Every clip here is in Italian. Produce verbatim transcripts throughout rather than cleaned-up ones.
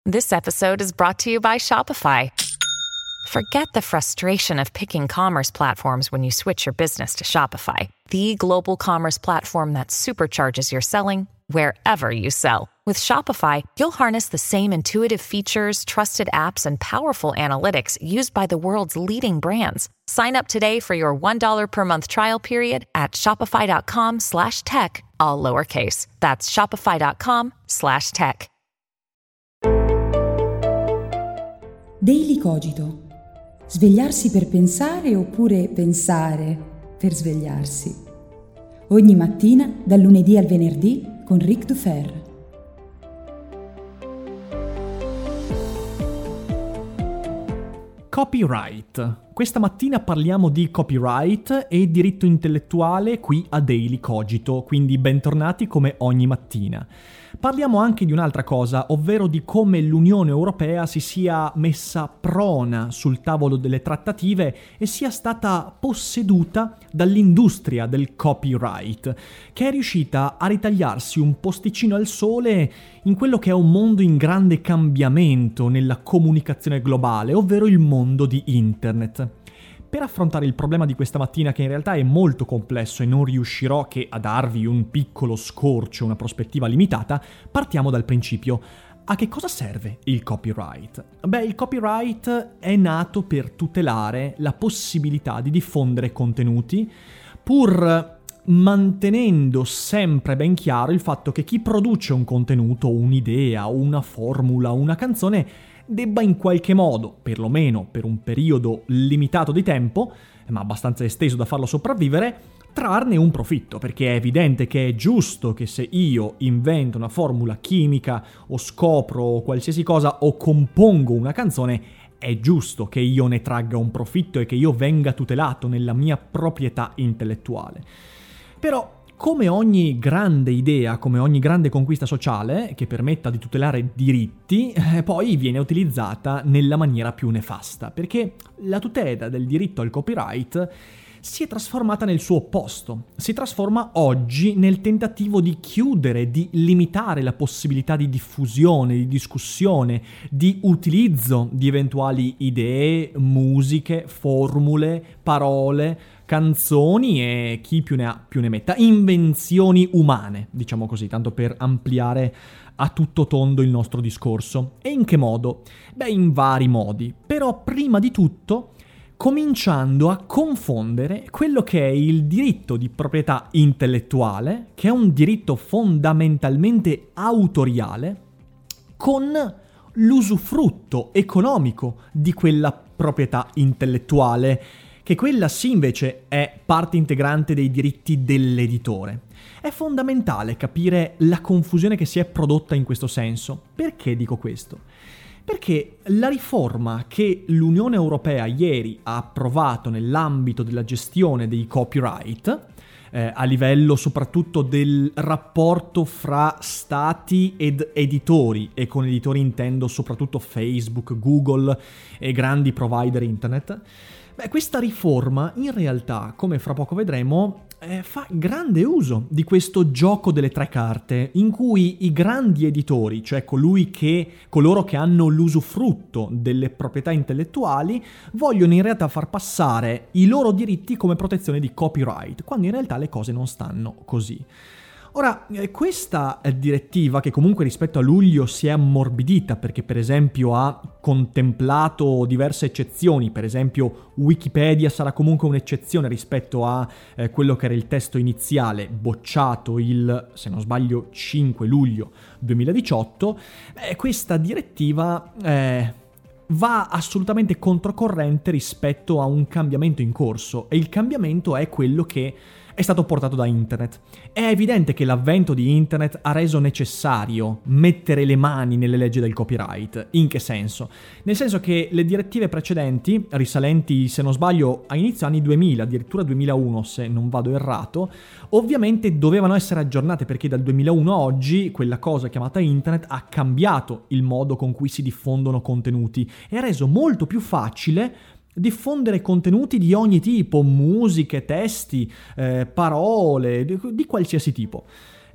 This episode is brought to you by Shopify. Forget the frustration of picking commerce platforms when you switch your business to Shopify, the global commerce platform that supercharges your selling wherever you sell. With Shopify, you'll harness the same intuitive features, trusted apps, and powerful analytics used by the world's leading brands. Sign up today for your one dollar per month trial period at shopify.com slash tech, all lowercase. That's shopify.com slash tech. Daily Cogito. Svegliarsi per pensare oppure pensare per svegliarsi. Ogni mattina, dal lunedì al venerdì, con Ric Dufer. Copyright. Questa mattina parliamo di copyright e diritto intellettuale qui a Daily Cogito, quindi bentornati come ogni mattina. Parliamo anche di un'altra cosa, ovvero di come l'Unione Europea si sia messa prona sul tavolo delle trattative e sia stata posseduta dall'industria del copyright, che è riuscita a ritagliarsi un posticino al sole in quello che è un mondo in grande cambiamento nella comunicazione globale, ovvero il mondo di Internet. Per affrontare il problema di questa mattina, che in realtà è molto complesso e non riuscirò che a darvi un piccolo scorcio, una prospettiva limitata, partiamo dal principio. A che cosa serve il copyright? Beh, il copyright è nato per tutelare la possibilità di diffondere contenuti, pur mantenendo sempre ben chiaro il fatto che chi produce un contenuto, un'idea, una formula, una canzone, debba in qualche modo, perlomeno per un periodo limitato di tempo, ma abbastanza esteso da farlo sopravvivere, trarne un profitto, perché è evidente che è giusto che se io invento una formula chimica o scopro qualsiasi cosa o compongo una canzone, è giusto che io ne tragga un profitto e che io venga tutelato nella mia proprietà intellettuale. Però, come ogni grande idea, come ogni grande conquista sociale che permetta di tutelare diritti, eh, poi viene utilizzata nella maniera più nefasta, perché la tutela del diritto al copyright si è trasformata nel suo opposto. Si trasforma oggi nel tentativo di chiudere, di limitare la possibilità di diffusione, di discussione, di utilizzo di eventuali idee, musiche, formule, parole, canzoni e chi più ne ha più ne metta, invenzioni umane, diciamo così, tanto per ampliare a tutto tondo il nostro discorso. E in che modo? Beh, in vari modi, però prima di tutto cominciando a confondere quello che è il diritto di proprietà intellettuale, che è un diritto fondamentalmente autoriale, con l'usufrutto economico di quella proprietà intellettuale, che quella sì invece è parte integrante dei diritti dell'editore. È fondamentale capire la confusione che si è prodotta in questo senso. Perché dico questo? Perché la riforma che l'Unione Europea ieri ha approvato nell'ambito della gestione dei copyright, eh, a livello soprattutto del rapporto fra stati ed editori, e con editori intendo soprattutto Facebook, Google e grandi provider internet, beh, questa riforma in realtà, come fra poco vedremo, eh, fa grande uso di questo gioco delle tre carte, in cui i grandi editori, cioè colui che, coloro che hanno l'usufrutto delle proprietà intellettuali, vogliono in realtà far passare i loro diritti come protezione di copyright, quando in realtà le cose non stanno così. Ora, questa direttiva, che comunque rispetto a luglio si è ammorbidita perché per esempio ha contemplato diverse eccezioni, per esempio Wikipedia sarà comunque un'eccezione rispetto a eh, quello che era il testo iniziale bocciato il, se non sbaglio, cinque luglio duemiladiciotto, eh, questa direttiva eh, va assolutamente controcorrente rispetto a un cambiamento in corso, e il cambiamento è quello che è stato portato da internet. È evidente che l'avvento di internet ha reso necessario mettere le mani nelle leggi del copyright. In che senso? Nel senso che le direttive precedenti, risalenti se non sbaglio a inizio anni duemila, addirittura duemilauno se non vado errato, ovviamente dovevano essere aggiornate perché dal duemilauno a oggi quella cosa chiamata internet ha cambiato il modo con cui si diffondono contenuti e ha reso molto più facile diffondere contenuti di ogni tipo, musiche, testi, eh, parole, di, di qualsiasi tipo.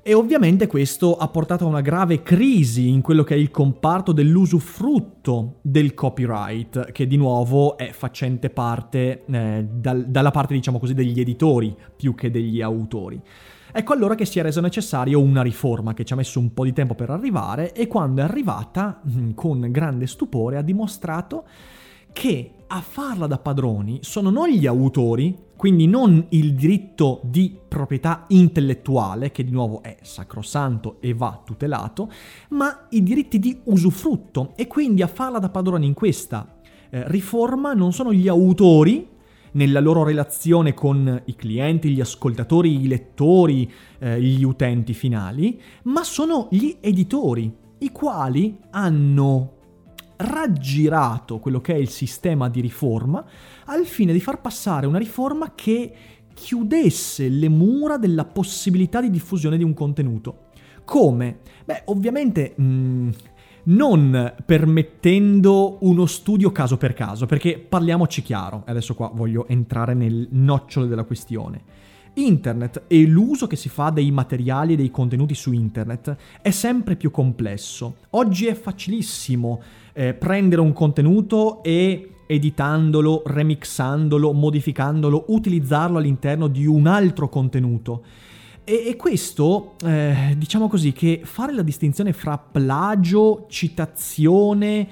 E ovviamente questo ha portato a una grave crisi in quello che è il comparto dell'usufrutto del copyright, che di nuovo è facente parte eh, dal, dalla parte, diciamo così, degli editori più che degli autori. Ecco allora che si è reso necessario una riforma che ci ha messo un po' di tempo per arrivare, e quando è arrivata, con grande stupore, ha dimostrato che a farla da padroni sono non gli autori, quindi non il diritto di proprietà intellettuale, che di nuovo è sacrosanto e va tutelato, ma i diritti di usufrutto. E quindi a farla da padroni in questa eh, riforma non sono gli autori, nella loro relazione con i clienti, gli ascoltatori, i lettori, eh, gli utenti finali, ma sono gli editori, i quali hanno raggirato quello che è il sistema di riforma al fine di far passare una riforma che chiudesse le mura della possibilità di diffusione di un contenuto. Come? Beh, ovviamente mh, non permettendo uno studio caso per caso, perché parliamoci chiaro, adesso qua voglio entrare nel nocciolo della questione. Internet e l'uso che si fa dei materiali e dei contenuti su internet è sempre più complesso. Oggi è facilissimo eh, prendere un contenuto e editandolo, remixandolo, modificandolo, utilizzarlo all'interno di un altro contenuto. E, e questo, eh, diciamo così, che fare la distinzione fra plagio, citazione,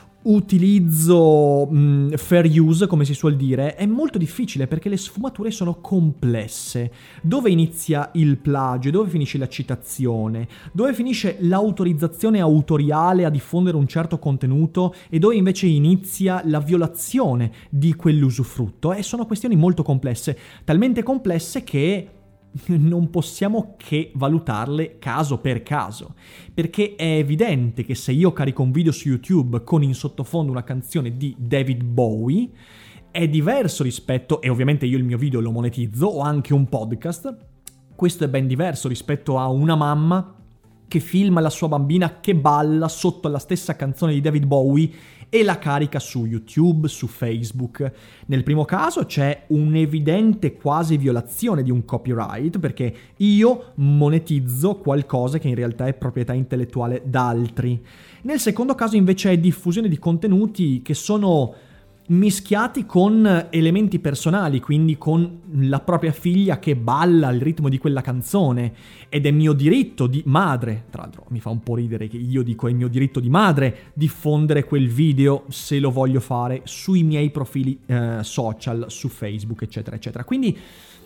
utilizzo mh, fair use, come si suol dire, è molto difficile perché le sfumature sono complesse. Dove inizia il plagio? Dove finisce la citazione? Dove finisce l'autorizzazione autoriale a diffondere un certo contenuto e dove invece inizia la violazione di quell'usufrutto? E sono questioni molto complesse, talmente complesse che non possiamo che valutarle caso per caso, perché è evidente che se io carico un video su YouTube con in sottofondo una canzone di David Bowie è diverso rispetto, e ovviamente io il mio video lo monetizzo, o anche un podcast, questo è ben diverso rispetto a una mamma che filma la sua bambina che balla sotto la stessa canzone di David Bowie e la carica su YouTube, su Facebook. Nel primo caso c'è un'evidente quasi violazione di un copyright, perché io monetizzo qualcosa che in realtà è proprietà intellettuale d'altri. Nel secondo caso invece è diffusione di contenuti che sono mischiati con elementi personali, quindi con la propria figlia che balla al ritmo di quella canzone, ed è mio diritto di madre, tra l'altro mi fa un po' ridere che io dico è mio diritto di madre diffondere quel video se lo voglio fare sui miei profili eh, social, su Facebook, eccetera eccetera. Quindi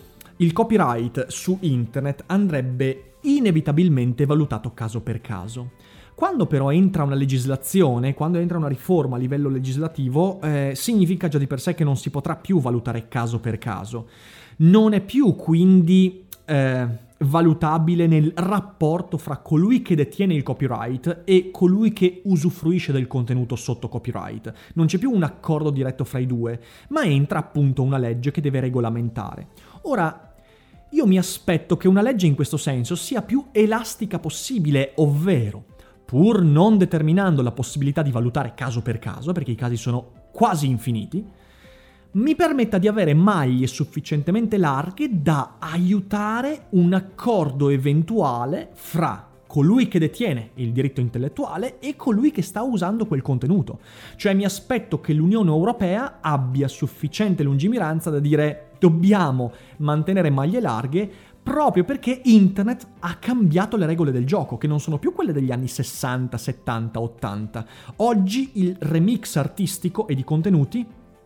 il copyright su internet andrebbe inevitabilmente valutato caso per caso. Quando però entra una legislazione, quando entra una riforma a livello legislativo, eh, significa già di per sé che non si potrà più valutare caso per caso. Non è più quindi eh, valutabile nel rapporto fra colui che detiene il copyright e colui che usufruisce del contenuto sotto copyright. Non c'è più un accordo diretto fra i due, ma entra appunto una legge che deve regolamentare. Ora, io mi aspetto che una legge in questo senso sia più elastica possibile, ovvero pur non determinando la possibilità di valutare caso per caso, perché i casi sono quasi infiniti, mi permetta di avere maglie sufficientemente larghe da aiutare un accordo eventuale fra colui che detiene il diritto intellettuale e colui che sta usando quel contenuto. Cioè mi aspetto che l'Unione Europea abbia sufficiente lungimiranza da dire dobbiamo mantenere maglie larghe, proprio perché internet ha cambiato le regole del gioco, che non sono più quelle degli anni sessanta, settanta, ottanta. Oggi il remix artistico e di contenuti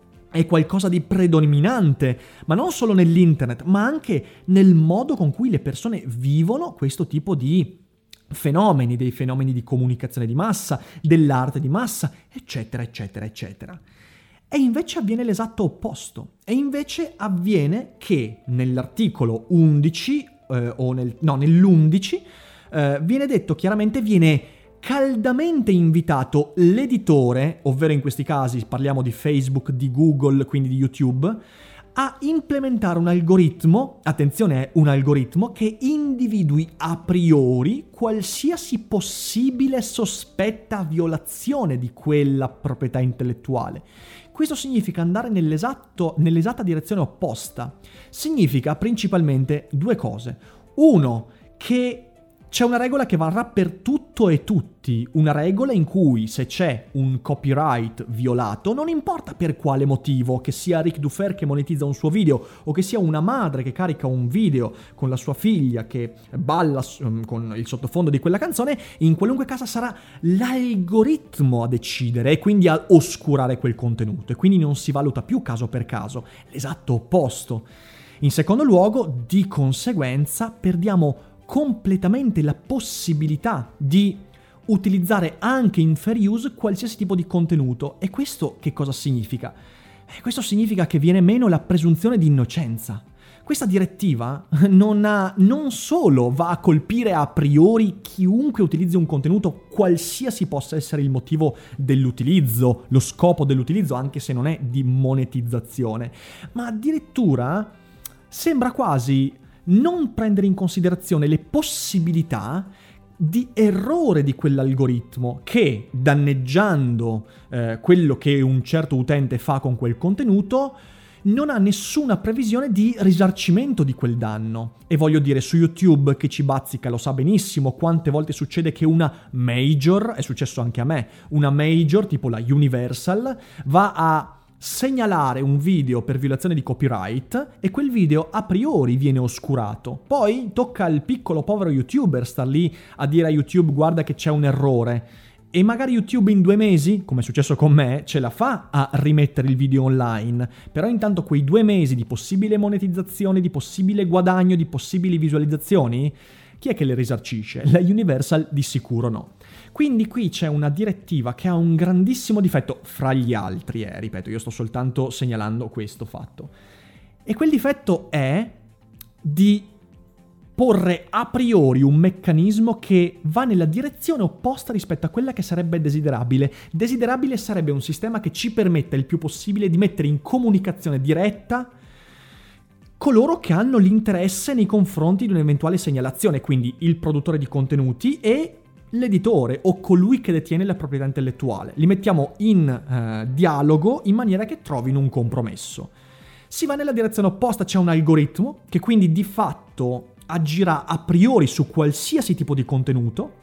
è qualcosa di predominante, ma non solo nell'internet, ma anche nel modo con cui le persone vivono questo tipo di fenomeni, dei fenomeni di comunicazione di massa, dell'arte di massa, eccetera, eccetera, eccetera. E invece avviene l'esatto opposto. E invece avviene che nell'articolo undici, eh, o nel, no, nell'undici, eh, viene detto chiaramente, viene caldamente invitato l'editore, ovvero in questi casi parliamo di Facebook, di Google, quindi di YouTube, a implementare un algoritmo, attenzione, è un algoritmo che individui a priori qualsiasi possibile sospetta violazione di quella proprietà intellettuale. Questo significa andare nell'esatto, nell'esatta direzione opposta. Significa principalmente due cose. Uno, che c'è una regola che varrà per tutto e tutti, una regola in cui se c'è un copyright violato, non importa per quale motivo, che sia Ric Dufer che monetizza un suo video o che sia una madre che carica un video con la sua figlia che balla con il sottofondo di quella canzone, in qualunque caso sarà l'algoritmo a decidere e quindi a oscurare quel contenuto, e quindi non si valuta più caso per caso, l'esatto opposto. In secondo luogo, di conseguenza, perdiamo completamente la possibilità di utilizzare anche in fair use qualsiasi tipo di contenuto. E questo che cosa significa? Eh, questo significa che viene meno la presunzione di innocenza. Questa direttiva non, ha, non solo va a colpire a priori chiunque utilizzi un contenuto, qualsiasi possa essere il motivo dell'utilizzo, lo scopo dell'utilizzo, anche se non è di monetizzazione, ma addirittura sembra quasi non prendere in considerazione le possibilità di errore di quell'algoritmo che, danneggiando eh, quello che un certo utente fa con quel contenuto, non ha nessuna previsione di risarcimento di quel danno. E voglio dire, su YouTube, che ci bazzica lo sa benissimo quante volte succede che una major, è successo anche a me, una major tipo la Universal va a segnalare un video per violazione di copyright e quel video a priori viene oscurato. Poi tocca al piccolo povero YouTuber star lì a dire a YouTube guarda che c'è un errore, e magari YouTube in due mesi, come è successo con me, ce la fa a rimettere il video online, però intanto quei due mesi di possibile monetizzazione, di possibile guadagno, di possibili visualizzazioni, chi è che le risarcisce? La Universal di sicuro no. Quindi qui c'è una direttiva che ha un grandissimo difetto, fra gli altri, eh, ripeto, io sto soltanto segnalando questo fatto. E quel difetto è di porre a priori un meccanismo che va nella direzione opposta rispetto a quella che sarebbe desiderabile. Desiderabile sarebbe un sistema che ci permetta il più possibile di mettere in comunicazione diretta coloro che hanno l'interesse nei confronti di un'eventuale segnalazione, quindi il produttore di contenuti e l'editore o colui che detiene la proprietà intellettuale. Li mettiamo in eh, dialogo in maniera che trovino un compromesso. Si va nella direzione opposta, c'è un algoritmo che quindi di fatto agirà a priori su qualsiasi tipo di contenuto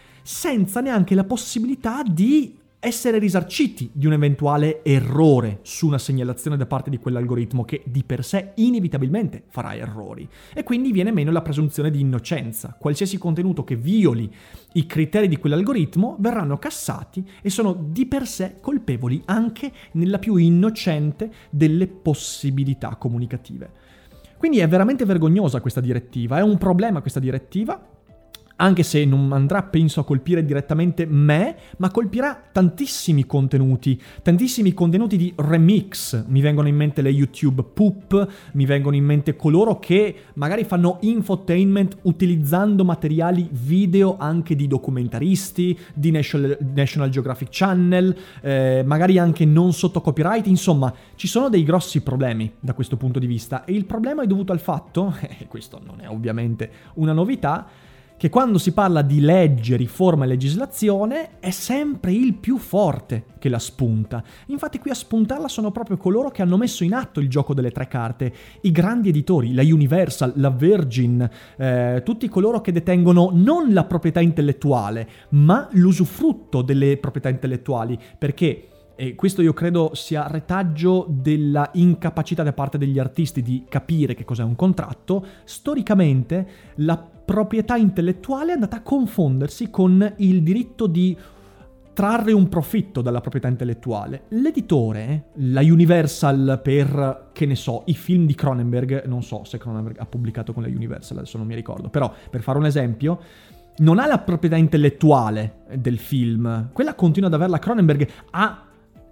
senza neanche la possibilità di essere risarciti di un eventuale errore su una segnalazione da parte di quell'algoritmo che di per sé inevitabilmente farà errori, e quindi viene meno la presunzione di innocenza. Qualsiasi contenuto che violi i criteri di quell'algoritmo verranno cassati e sono di per sé colpevoli anche nella più innocente delle possibilità comunicative. Quindi è veramente vergognosa questa direttiva, è un problema questa direttiva, anche se non andrà, penso, a colpire direttamente me, ma colpirà tantissimi contenuti, tantissimi contenuti di remix. Mi vengono in mente le YouTube poop, mi vengono in mente coloro che magari fanno infotainment utilizzando materiali video anche di documentaristi, di National, National Geographic Channel, eh, magari anche non sotto copyright. Insomma, ci sono dei grossi problemi da questo punto di vista, e il problema è dovuto al fatto, e questo non è ovviamente una novità, che quando si parla di legge, riforma e legislazione è sempre il più forte che la spunta. Infatti qui a spuntarla sono proprio coloro che hanno messo in atto il gioco delle tre carte, i grandi editori, la Universal, la Virgin, eh, tutti coloro che detengono non la proprietà intellettuale, ma l'usufrutto delle proprietà intellettuali, perché e questo io credo sia retaggio della incapacità da parte degli artisti di capire che cos'è un contratto. Storicamente la proprietà intellettuale è andata a confondersi con il diritto di trarre un profitto dalla proprietà intellettuale. L'editore, la Universal per, che ne so, i film di Cronenberg, non so se Cronenberg ha pubblicato con la Universal, adesso non mi ricordo, però per fare un esempio, non ha la proprietà intellettuale del film, quella continua ad averla Cronenberg, ha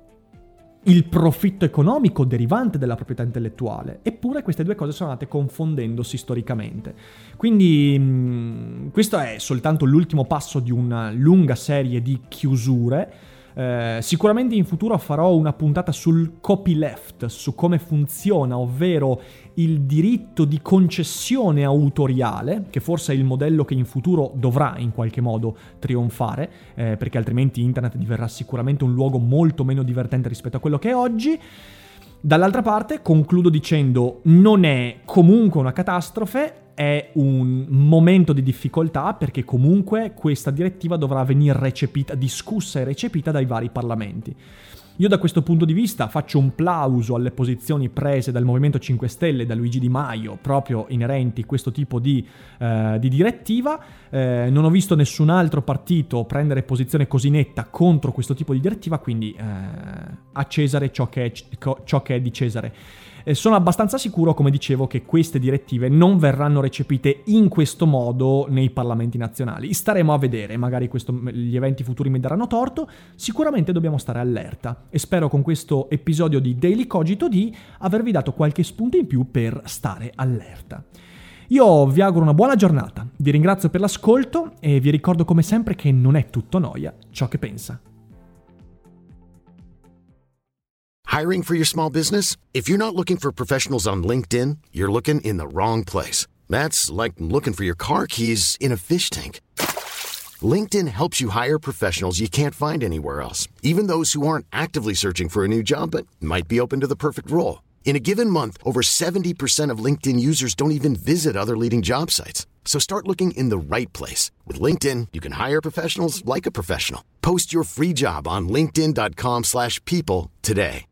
il profitto economico derivante dalla proprietà intellettuale. Eppure queste due cose sono andate confondendosi storicamente. Quindi mh, questo è soltanto l'ultimo passo di una lunga serie di chiusure. Eh, sicuramente in futuro farò una puntata sul copyleft, su come funziona, ovvero il diritto di concessione autoriale, che forse è il modello che in futuro dovrà in qualche modo trionfare, eh, perché altrimenti internet diverrà sicuramente un luogo molto meno divertente rispetto a quello che è oggi. Dall'altra parte concludo dicendo: non è comunque una catastrofe, è un momento di difficoltà perché comunque questa direttiva dovrà venire recepita, discussa e recepita dai vari parlamenti. Io da questo punto di vista faccio un plauso alle posizioni prese dal Movimento cinque Stelle e da Luigi Di Maio proprio inerenti a questo tipo di, eh, di direttiva. Eh, non ho visto nessun altro partito prendere posizione così netta contro questo tipo di direttiva, quindi eh, a Cesare ciò che è, ciò che è di Cesare. Eh, sono abbastanza sicuro, come dicevo, che queste direttive non verranno recepite in questo modo nei parlamenti nazionali. Staremo a vedere, magari questo, gli eventi futuri mi daranno torto, sicuramente dobbiamo stare allerta e spero con questo episodio di Daily Cogito di avervi dato qualche spunto in più per stare allerta. Io vi auguro una buona giornata, vi ringrazio per l'ascolto e vi ricordo come sempre che non è tutto noia ciò che pensa. Hiring for your small business? If you're not looking for professionals on LinkedIn, you're looking in the wrong place. That's like looking for your car keys in a fish tank. LinkedIn helps you hire professionals you can't find anywhere else, even those who aren't actively searching for a new job but might be open to the perfect role. In a given month, over seventy percent of LinkedIn users don't even visit other leading job sites. So start looking in the right place. With LinkedIn, you can hire professionals like a professional. Post your free job on linkedin dot com slash people today.